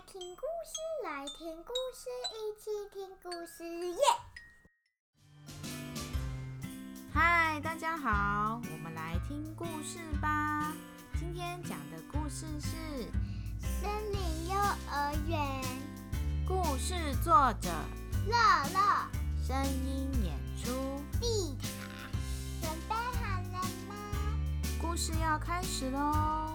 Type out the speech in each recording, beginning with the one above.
听故事，来听故事，一起听故事耶！ 嗨，大家好，我们来听故事吧。今天讲的故事是森林幼儿园， 故事作者乐乐， 声音演出碧塔。准备好了吗？ 故事要开始咯。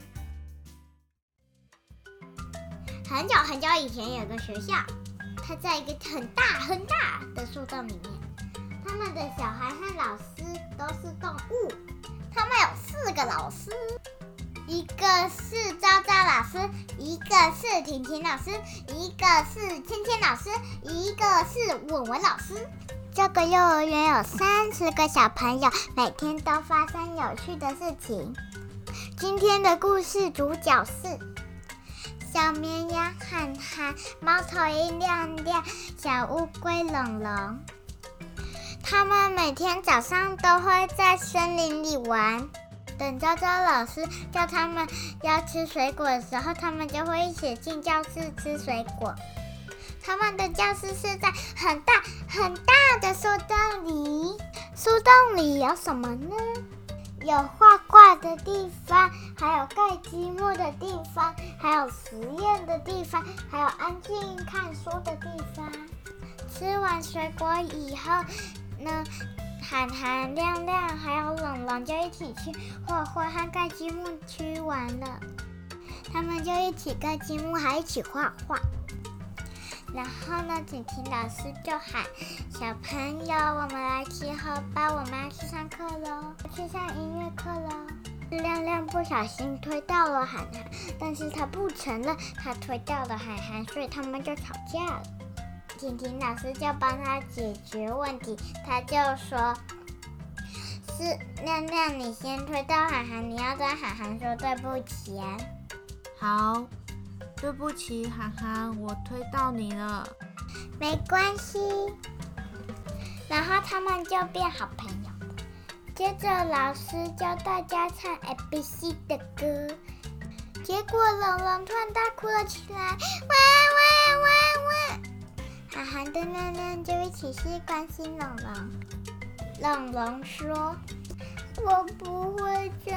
很久很久以前，有个学校，它在一个很大很大的树洞里面。他们的小孩和老师都是动物。他们有4个老师，一个是昭昭老师，一个是婷婷老师，一个是芊芊老师，一个是文文老师。这个幼儿园有30个小朋友，每天都发生有趣的事情。今天的故事主角是小绵羊憨憨，猫头鹰亮亮，小乌龟龙龙。他们每天早上都会在森林里玩。等昭昭老师叫他们要吃水果的时候，他们就会一起进教室吃水果。他们的教室是在很大很大的树洞里。树洞里有什么呢？有画画的地方，还有盖积木的地方，还有实验的地方，还有安静看书的地方。吃完水果以后呢，憨憨、亮亮还有龙龙就一起去画画和盖积木区玩了。他们就一起盖积木，还一起画画。然后呢，婷婷老师就喊小朋友，我们来集合吧，我们要去上课咯，去上音乐课咯。亮亮不小心推到了憨憨，但是他不承认他推到了憨憨，所以他们就吵架了。婷婷老师就帮他解决问题，他就说是亮亮你先推到憨憨，你要跟憨憨说对不起啊。 好，对不起，憨憨，我推到你了。 没关系。然后他们就变好朋友。接着老师教大家唱 ABC 的歌，结果龙龙突然大哭了起来，哇哇哇哇！憨憨跟亮亮就一起去关心龙龙。龙龙说：“我不会唱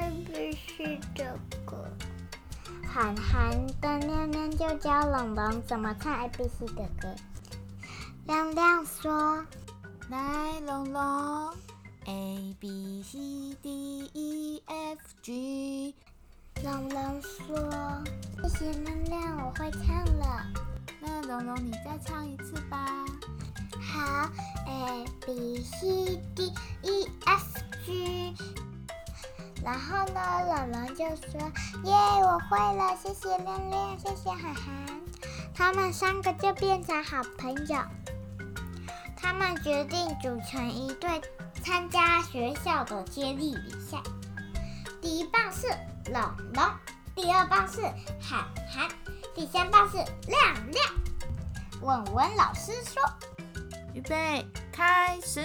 ABC 的歌。”憨憨跟亮亮就教龙龙怎么唱 ABC 的歌。亮亮说：“ 来，龙龙 ，A B C D E F G。” 龙龙说：“谢谢亮亮，我会唱了。” 那龙龙，你再唱一次吧。 好 ，A B C D E F G。然后呢，龙龙就说：“耶，我会了，谢谢亮亮，谢谢憨憨。”他们3个就变成好朋友。他们决定组成一队，参加学校的接力比赛。第1棒是龙龙，第2棒是憨憨，第3棒是亮亮。文文老师说：“ 预备，开始。”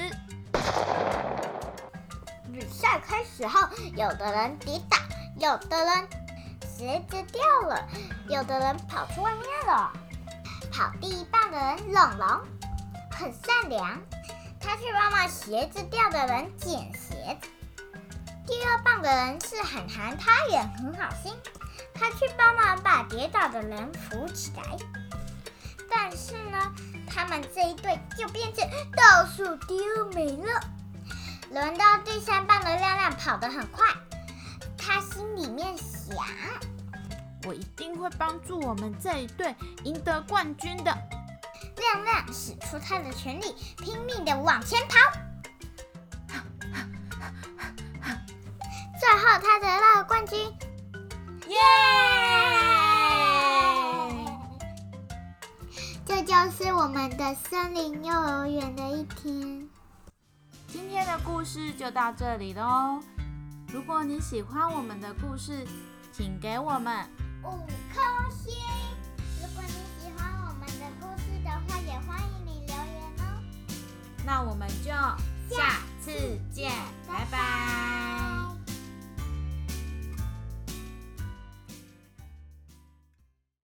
比赛开始后，有的人跌倒，有的人鞋子掉了，有的人跑出外面了。跑第1棒的人龙龙很善良，他去帮忙鞋子掉的人捡鞋子。第2棒的人是憨憨，他也很好心，他去帮忙把跌倒的人扶起来。但是呢，他们这一队就变成倒数第2名了。轮到第3棒的亮亮跑得很快，他心里面想： 我一定会帮助我们这一队赢得冠军的。 亮亮使出他的全力，拼命地往前跑。最后他得到了冠军，耶！这就是我们的森林幼儿园的一天。 今天的故事就到这里咯。如果你喜欢我们的故事，请给我们 5颗星。如果你喜欢我们的故事的话，也欢迎你留言哦。 那我们就下次见，拜拜。